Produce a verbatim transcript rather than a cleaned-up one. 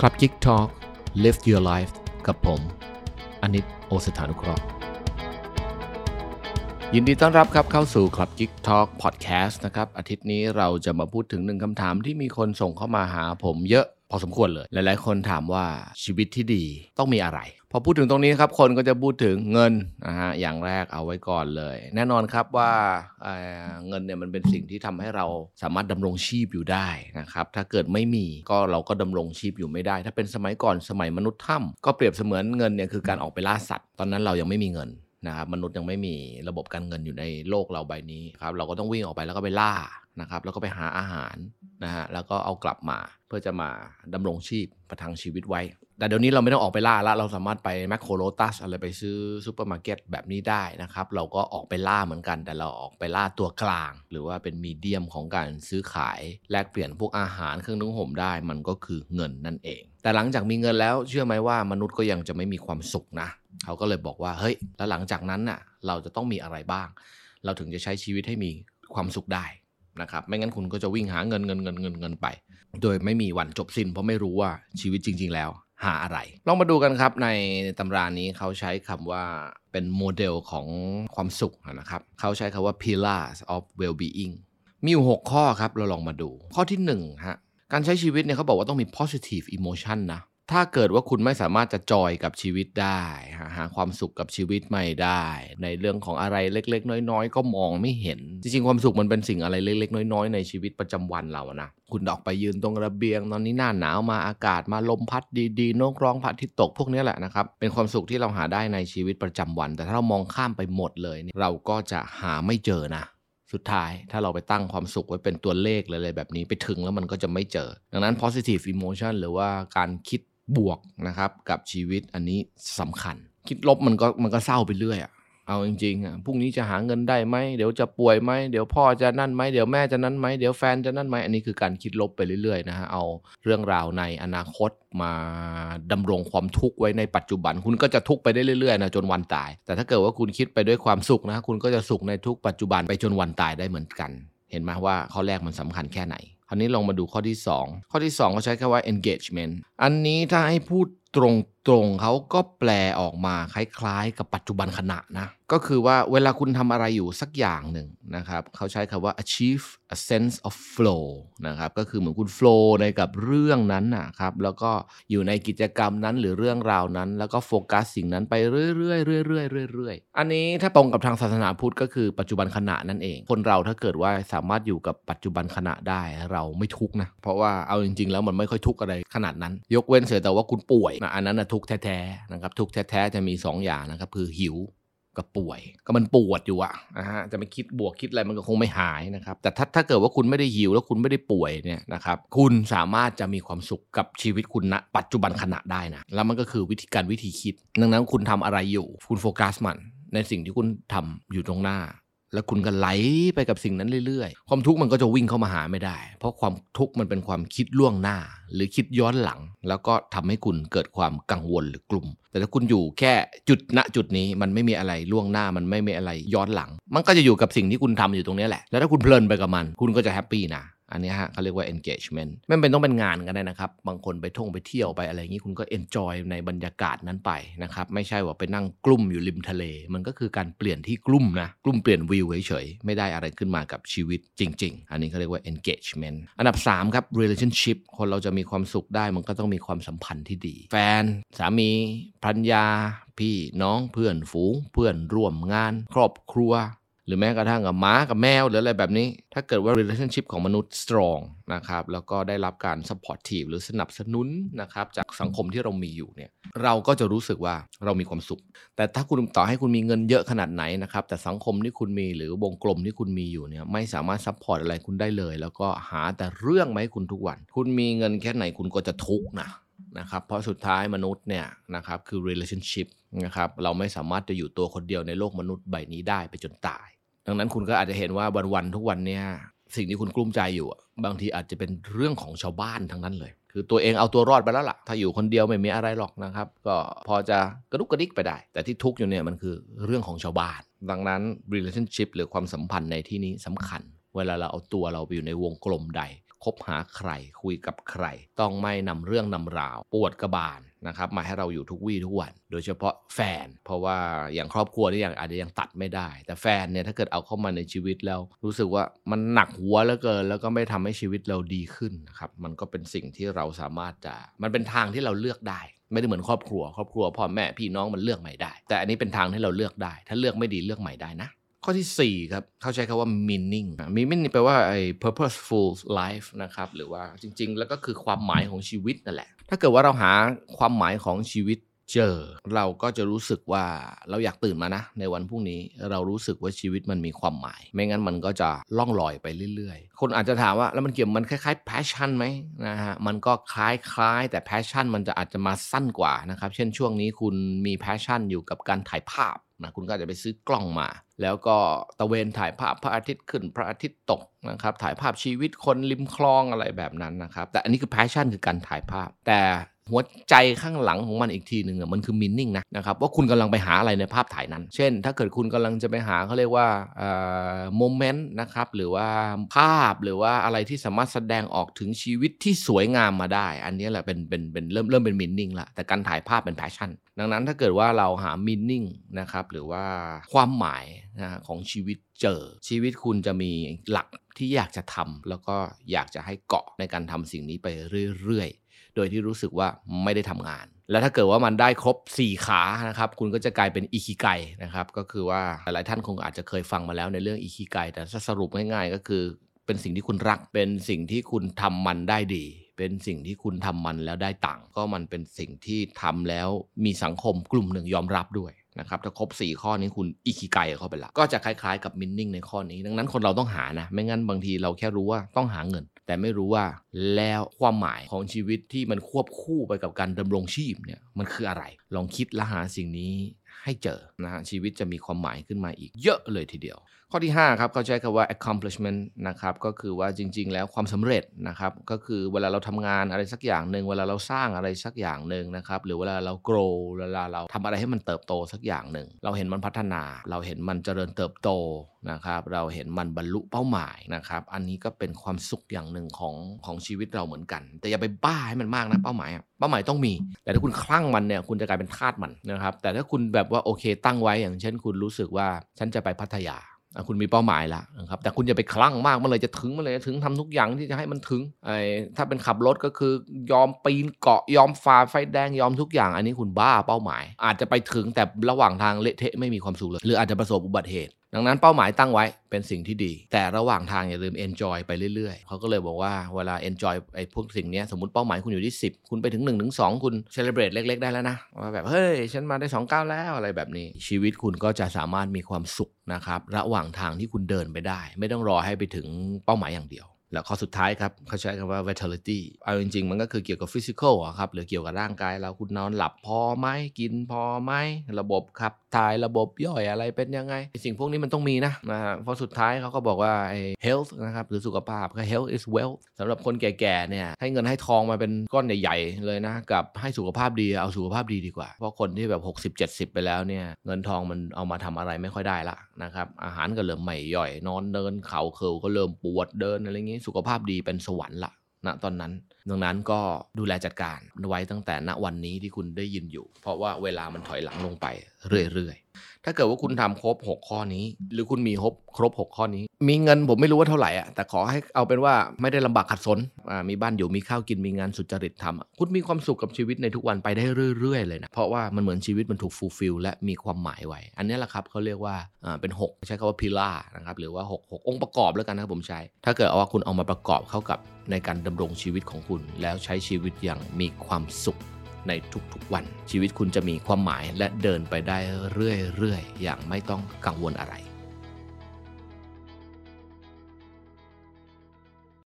Club Geek Talk Live Your Life กับผมอนิต โอสถานุเคราะห์ยินดีต้อนรับครับเข้าสู่ Club Geek Talk Podcast นะครับอาทิตย์นี้เราจะมาพูดถึงหนึ่งคำถามที่มีคนส่งเข้ามาหาผมเยอะพอสมควรเลยหลายๆคนถามว่าชีวิตที่ดีต้องมีอะไรพอพูดถึงตรงนี้ครับคนก็จะพูดถึงเงินนะฮะอย่างแรกเอาไว้ก่อนเลยแน่นอนครับว่า เอ่อ เงินเนี่ยมันเป็นสิ่งที่ทำให้เราสามารถดำรงชีพอยู่ได้นะครับถ้าเกิดไม่มีก็เราก็ดำรงชีพอยู่ไม่ได้ถ้าเป็นสมัยก่อนสมัยมนุษย์ถ้ำก็เปรียบเสมือนเงินเนี่ยคือการออกไปล่าสัตว์ตอนนั้นเรายังไม่มีเงินนะครับมนุษย์ยังไม่มีระบบการเงินอยู่ในโลกเราใบนี้ครับเราก็ต้องวิ่งออกไปแล้วก็ไปล่านะครับแล้วก็ไปหาอาหารนะฮะแล้วก็เอากลับมาเพื่อจะมาดำรงชีพประทังชีวิตไว้แต่เดี๋ยวนี้เราไม่ต้องออกไปล่าแล้วเราสามารถไปแมคโครโลตัสอะไรไปซื้อซูเปอร์มาร์เก็ตแบบนี้ได้นะครับเราก็ออกไปล่าเหมือนกันแต่เราออกไปล่าตัวกลางหรือว่าเป็นมีเดียมของการซื้อขายแลกเปลี่ยนพวกอาหารเครื่องนุ่งห่มได้มันก็คือเงินนั่นเองแต่หลังจากมีเงินแล้วเชื่อไหมว่ามนุษย์ก็ยังจะไม่มีความสุขนะเขาก็เลยบอกว่าเฮ้ยแล้วหลังจากนั้นน่ะเราจะต้องมีอะไรบ้างเราถึงจะใช้ชีวิตให้มีความสุขได้นะครับไม่งั้นคุณก็จะวิ่งหาเงินเงินเงินเงินเงินไปโดยไม่มีวันจบสิ้นเพราะไม่รู้ว่าชีวิตจริงๆแล้วหาอะไรลองมาดูกันครับในตำรานี้เขาใช้คำว่าเป็นโมเดลของความสุขนะครับเขาใช้คำว่า pillars of well-being มีอยู่หกข้อครับเราลองมาดูข้อที่หนึ่งฮะการใช้ชีวิตเนี่ยเขาบอกว่าต้องมี positive emotion นะถ้าเกิดว่าคุณไม่สามารถจะจอยกับชีวิตได้หาความสุขกับชีวิตไม่ได้ในเรื่องของอะไรเล็กๆน้อยๆก็มองไม่เห็นจริงๆความสุขมันเป็นสิ่งอะไรเล็กๆน้อยๆในชีวิตประจำวันเรานะคุณออกไปยืนตรงระเบียงตอนนี้หน้าหนาวมาอากาศมาลมพัดดีๆนกร้องพระอาทิตย์ตกพวกนี้แหละนะครับเป็นความสุขที่เราหาได้ในชีวิตประจำวันแต่ถ้าเรามองข้ามไปหมดเลยเราก็จะหาไม่เจอนะสุดท้ายถ้าเราไปตั้งความสุขไว้เป็นตัวเลขอะไรแบบนี้ไปถึงแล้วมันก็จะไม่เจอดังนั้น positive emotion หรือว่าการคิดบวกนะครับกับชีวิตอันนี้สำคัญคิดลบมันก็มันก็เศร้าไปเรื่อยอ่ะเอาจริงๆอ่ะพรุ่งนี้จะหาเงินได้ไหมเดี๋ยวจะป่วยไหมเดี๋ยวพ่อจะนั่นไหมเดี๋ยวแม่จะนั่นไหมเดี๋ยวแฟนจะนั่นไหมอันนี้คือการคิดลบไปเรื่อยๆนะฮะเอาเรื่องราวในอนาคตมาดำรงความทุกข์ไว้ในปัจจุบันคุณก็จะทุกข์ไปได้เรื่อยๆนะจนวันตายแต่ถ้าเกิดว่าคุณคิดไปด้วยความสุขนะคุณก็จะสุขในทุกปัจจุบันไปจนวันตายได้เหมือนกันเห็นไหมว่าข้อแรกมันสำคัญแค่ไหนคราวนี้ลองมาดูข้อที่สองข้อที่สองเขาใช้คำว่า engagement อันนี้ถ้าให้พูดตรงๆเขาก็แปลออกมาคล้ายๆกับปัจจุบันขณะนะก็คือว่าเวลาคุณทำอะไรอยู่สักอย่างหนึ่งนะครับเขาใช้คำว่า achieve a sense of flow นะครับก็คือเหมือนคุณ flow ในกับเรื่องนั้นนะครับแล้วก็อยู่ในกิจกรรมนั้นหรือเรื่องราวนั้นแล้วก็โฟกัสสิ่งนั้นไปเรื่อยๆเรื่อยๆเรื่อยๆอันนี้ถ้าตรงกับทางศาสนาพุทธก็คือปัจจุบันขณะนั่นเองคนเราถ้าเกิดว่าสามารถอยู่กับปัจจุบันขณะได้เราไม่ทุกข์นะเพราะว่าเอาจริงๆแล้วมันไม่ค่อยทุกข์อะไรขนาดนั้นยกเว้นเสียแต่ว่าคุณป่วยนะอันนั้นนะทุกข์แท้ๆนะครับทุกข์แท้ๆจะมีสองอย่างนะครับคือหิวกับป่วยก็มันปวดอยู่อะนะฮะจะไม่คิดบวกคิดอะไรมันก็คงไม่หายนะครับแต่ถ้าถ้าเกิดว่าคุณไม่ได้หิวแล้วคุณไม่ได้ป่วยเนี่ยนะครับคุณสามารถจะมีความสุขกับชีวิตคุณณปัจจุบันขณะได้นะแล้วมันก็คือวิธีการวิธีคิดดังนั้นคุณทำอะไรอยู่คุณโฟกัสมันในสิ่งที่คุณทำอยู่ตรงหน้าแล้วคุณก็ไหลไปกับสิ่งนั้นเรื่อยๆความทุกข์มันก็จะวิ่งเข้ามาหาไม่ได้เพราะความทุกข์มันเป็นความคิดล่วงหน้าหรือคิดย้อนหลังแล้วก็ทำให้คุณเกิดความกังวลหรือกลุ่มแต่ถ้าคุณอยู่แค่จุดณจุดนี้มันไม่มีอะไรล่วงหน้ามันไม่มีอะไรย้อนหลังมันก็จะอยู่กับสิ่งที่คุณทำอยู่ตรงนี้แหละแล้วถ้าคุณเพลินไปกับมันคุณก็จะแฮปปี้นะอันนี้ฮะเขาเรียกว่า engagement ไม่เป็นต้องเป็นงานกันได้นะครับบางคนไปท่องไปเที่ยวไปอะไรอย่างนี้คุณก็ enjoy ในบรรยากาศนั้นไปนะครับไม่ใช่ว่าไปนั่งกลุ่มอยู่ริมทะเลมันก็คือการเปลี่ยนที่กลุ่มนะกลุ่มเปลี่ยนวิวเฉยๆไม่ได้อะไรขึ้นมากับชีวิตจริงๆอันนี้เขาเรียกว่า engagement อันดับสามครับ relationship คนเราจะมีความสุขได้มันก็ต้องมีความสัมพันธ์ที่ดีแฟนสามีภรรยาพี่น้องเพื่อนฝูงเพื่อนร่วมงานครอบครัวหรือแม้กระทั่งกับหมากับแมวหรืออะไรแบบนี้ถ้าเกิดว่า relationship ของมนุษย์ strong นะครับแล้วก็ได้รับการ supportive หรือสนับสนุนนะครับจากสังคมที่เรามีอยู่เนี่ยเราก็จะรู้สึกว่าเรามีความสุขแต่ถ้าคุณต่อให้คุณมีเงินเยอะขนาดไหนนะครับแต่สังคมที่คุณมีหรือวงกลมที่คุณมีอยู่เนี่ยไม่สามารถ support อะไรคุณได้เลยแล้วก็หาแต่เรื่องมาให้คุณทุกวันคุณมีเงินแค่ไหนคุณก็จะทุกข์นะนะครับเพราะสุดท้ายมนุษย์เนี่ยนะครับคือ relationship นะครับเราไม่สามารถจะอยู่ตัวคนเดียวในโลกมนุษย์ใบนี้ได้ไปจนตายดังนั้นคุณก็อาจจะเห็นว่าวันๆทุกวันเนี่ยสิ่งที่คุณกลุ้มใจอยู่บางทีอาจจะเป็นเรื่องของชาวบ้านทั้งนั้นเลยคือตัวเองเอาตัวรอดไปแล้วล่ะถ้าอยู่คนเดียวไม่มีอะไรหรอกนะครับก็พอจะกระดุกกระดิกไปได้แต่ที่ทุกข์อยู่เนี่ยมันคือเรื่องของชาวบ้านดังนั้น relationship หรือความสัมพันธ์ในที่นี้สำคัญเวลาเราเอาตัวเราไปอยู่ในวงกลมใดคบหาใครคุยกับใครต้องไม่นำเรื่องนำราวปวดกระบาลนะครับมาให้เราอยู่ทุกวี่ทุกวันโดยเฉพาะแฟนเพราะว่าอย่างครอบครัวนี่ยังอาจจะยังตัดไม่ได้แต่แฟนเนี่ยถ้าเกิดเอาเข้ามาในชีวิตแล้วรู้สึกว่ามันหนักหัวเหลือเกินแล้วก็ไม่ทำให้ชีวิตเราดีขึ้นนะครับมันก็เป็นสิ่งที่เราสามารถจะมันเป็นทางที่เราเลือกได้ไม่ได้เหมือนครอบครัวครอบครัวพ่อแม่พี่น้องมันเลือกใหม่ได้แต่อันนี้เป็นทางที่เราเลือกได้ถ้าเลือกไม่ดีเลือกใหม่ได้นะข้อที่สี่ครับเขาใช้คำว่า meaning meaning แปลว่าไอ้ purposeful life นะครับหรือว่าจริงๆแล้วก็คือความหมายของชีวิตนั่นแหละถ้าเกิดว่าเราหาความหมายของชีวิตเจอเราก็จะรู้สึกว่าเราอยากตื่นมานะในวันพรุ่งนี้เรารู้สึกว่าชีวิตมันมีความหมายไม่งั้นมันก็จะล่องลอยไปเรื่อยๆคนอาจจะถามว่าแล้วมันเกี่ยวมันคล้ายๆ passion ไหมนะฮะมันก็คล้ายๆแต่ passion มันจะอาจจะมาสั้นกว่านะครับเช่นช่วงนี้คุณมี passion อยู่กับการถ่ายภาพนะคุณก็จะไปซื้อกล้องมาแล้วก็ตะเวนถ่ายภาพพระอาทิตย์ขึ้นพระอาทิตย์ตกนะครับถ่ายภาพชีวิตคนริมคลองอะไรแบบนั้นนะครับแต่อันนี้คือ passion คือการถ่ายภาพแต่หัวใจข้างหลังของมันอีกทีหนึ่งมันคือ meaning นะนะครับว่าคุณกำลังไปหาอะไรในภาพถ่ายนั้นเช่นถ้าเกิดคุณกำลังจะไปหาเขาเรียกว่าโมเมนต์นะครับหรือว่าภาพหรือว่าอะไรที่สามารถแสดงออกถึงชีวิตที่สวยงามมาได้อันนี้แหละเป็นเป็นเป็นเริ่มเริ่มเป็น meaning ละแต่การถ่ายภาพเป็น passion ดังนั้นถ้าเกิดว่าเราหา meaning นะครับหรือว่าความหมายนะของชีวิตเจอชีวิตคุณจะมีหลักที่อยากจะทำแล้วก็อยากจะให้เกาะในการทำสิ่งนี้ไปเรื่อยๆโดยที่รู้สึกว่าไม่ได้ทำงานแล้วถ้าเกิดว่ามันได้ครบสี่ขานะครับคุณก็จะกลายเป็นอิคิไกนะครับก็คือว่าหลายๆท่านคงอาจจะเคยฟังมาแล้วในเรื่องอิคิไกแต่ถ้าสรุปง่ายๆก็คือเป็นสิ่งที่คุณรักเป็นสิ่งที่คุณทำมันได้ดีเป็นสิ่งที่คุณทำมันแล้วได้ตังค์ก็มันเป็นสิ่งที่ทำแล้วมีสังคมกลุ่มหนึ่งยอมรับด้วยนะครับถ้าครบสี่ข้อนี้คุณอิคิไกเข้าไปละก็จะคล้ายๆกับมินนิ่งในข้อนี้ดังนั้นคนเราต้องหานะไม่งั้นบางทีเราแค่รู้ว่าต้องหาเงินแต่ไม่รู้ว่าแล้วความหมายของชีวิตที่มันควบคู่ไปกับการดำรงชีพเนี่ยมันคืออะไรลองคิดและหาสิ่งนี้ให้เจอนะฮะชีวิตจะมีความหมายขึ้นมาอีกเยอะเลยทีเดียวข้อที่ห้าครับเขาใช้คำว่า accomplishment นะครับก็คือว่าจริงๆแล้วความสำเร็จนะครับก็คือเวลาเราทำงานอะไรสักอย่างหนึ่งเวลาเราสร้างอะไรสักอย่างหนึ่งนะครับหรือเวลาเรา grow เวลาเราทำอะไรให้มันเติบโตสักอย่างหนึ่งเราเห็นมันพัฒนาเราเห็นมันเจริญเติบโตนะครับเราเห็นมันบรรลุเป้าหมายนะครับอันนี้ก็เป็นความสุขอย่างหนึ่งของของชีวิตเราเหมือนกันแต่อย่าไปบ้าให้มันมากนะเป้าหมายเป้าหมายต้องมีแต่ถ้าคุณคลั่งมันเนี่ยคุณจะกลายเป็นทาสมันนะครับแต่ถ้าคุณแบบว่าโอเคตั้งไว้อย่างเช่นคุณรู้สึกว่าฉันจะไปพัทยาคุณมีเป้าหมายแล้วนะครับแต่คุณอย่าไปคลั่งมากมันเลยจะถึงมันเลยจะถึงทำทุกอย่างที่จะให้มันถึงไอ้ถ้าเป็นขับรถก็คือยอมปีนเกาะยอมฝ่าไฟแดงยอมทุกอย่างอันนี้คุณบ้าเป้าหมายอาจจะไปถึงแต่ระหว่างทางเละเทะไม่มีความสุขเลยหรืออาจจะประสบอุบัติเหตุดังนั้นเป้าหมายตั้งไว้เป็นสิ่งที่ดีแต่ระหว่างทางอย่าลืม enjoy ไปเรื่อยๆเขาก็เลยบอกว่าเวลา enjoy ไอ้พวกสิ่งนี้สมมุติเป้าหมายคุณอยู่ที่สิบคุณไปถึงหนึ่งถึงสองคุณ celebrate เล็กๆได้แล้วนะว่าแบบเฮ้ยฉันมาได้สองก้าวแล้วอะไรแบบนี้ชีวิตคุณก็จะสามารถมีความสุขนะครับระหว่างทางที่คุณเดินไปได้ไม่ต้องรอให้ไปถึงเป้าหมายอย่างเดียวแล้วข้อสุดท้ายครับเขาใช้คำว่า vitality เอาจริงๆมันก็คือเกี่ยวกับ physical อะครับหรือเกี่ยวกับร่างกายเราคุณนอนหลับพอไหมกินพอไหมระบบขับถ่ายระบบย่อยอะไรเป็นยังไงสิ่งพวกนี้มันต้องมีนะนะฮะเพราะสุดท้ายเขาก็บอกว่าไอ้ health นะครับหรือสุขภาพก็ health is wealth สำหรับคนแก่ๆเนี่ยให้เงินให้ทองมาเป็นก้อนใหญ่ๆเลยนะกับให้สุขภาพดีเอาสุขภาพดีดีกว่าเพราะคนที่แบบหกสิบ เจ็ดสิบไปแล้วเนี่ยเงินทองมันเอามาทำอะไรไม่ค่อยได้ละนะครับอาหารก็เริ่มไม่ย่อยนอนเดินเข่าเคิลก็เริ่มปวดเดินอะไรอย่างงี้สุขภาพดีเป็นสวรรค์ละณตอนนั้นดังนั้นก็ดูแลจัดการไว้ตั้งแต่ณวันนี้ที่คุณได้ยินอยู่เพราะว่าเวลามันถอยหลังลงไปเรื่อยๆถ้าเกิดว่าคุณทำครบหกข้อนี้หรือคุณมีครบครบหกข้อนี้มีเงินผมไม่รู้ว่าเท่าไหร่อ่ะแต่ขอให้เอาเป็นว่าไม่ได้ลำบากขัดสนมีบ้านอยู่มีข้าวกินมีงานสุจริตทำคุณมีความสุขกับชีวิตในทุกวันไปได้เรื่อยๆเลยนะเพราะว่ามันเหมือนชีวิตมันถูกฟูลฟิลและมีความหมายไว้อันนี้แหละครับเขาเรียกว่าเป็นหกใช้คำว่าพิล่านะครับหรือว่าหก หกองค์ประกอบแล้วกันนะครับผมใช้ถ้าเกิดเอาว่าคุณเอามาประกอบเข้ากับในการดำรงชีวิตของคุณแล้วใช้ชีวิตอย่างมีความสุขในทุกๆวันชีวิตคุณจะมีความหมายและเดินไปได้เรื่อยๆอย่างไม่ต้องกังวลอะไร